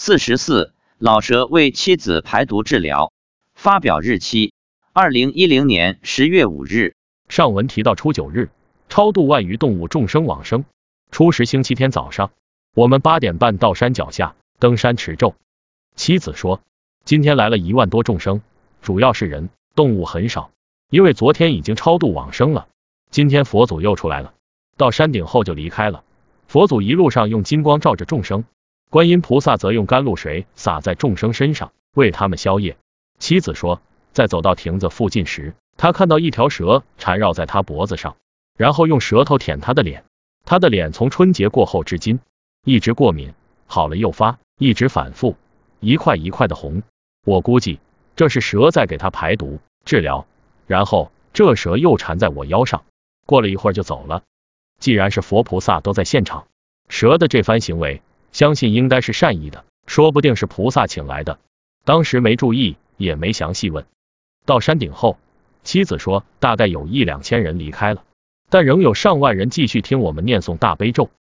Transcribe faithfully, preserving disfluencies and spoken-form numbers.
四十四，老蛇为妻子排毒治疗。发表日期：二零一零年十月五日。 上文提到初九日，超度万余动物众生往生。初十星期天早上，我们八点半到山脚下登山持咒。妻子说，今天来了一万多众生，主要是人，动物很少，因为昨天已经超度往生了。今天佛祖又出来了，到山顶后就离开了。佛祖一路上用金光照着众生，观音菩萨则用甘露水洒在众生身上，为他们消业。妻子说，在走到亭子附近时，他看到一条蛇缠绕在他脖子上，然后用舌头舔他的脸。他的脸从春节过后至今一直过敏，好了又发，一直反复，一块一块的红。我估计这是蛇在给他排毒治疗。然后这蛇又缠在我腰上，过了一会儿就走了。既然是佛菩萨都在现场，蛇的这番行为相信应该是善意的，说不定是菩萨请来的。当时没注意，也没详细问。到山顶后，妻子说大概有一两千人离开了，但仍有上万人继续听我们念诵大悲咒。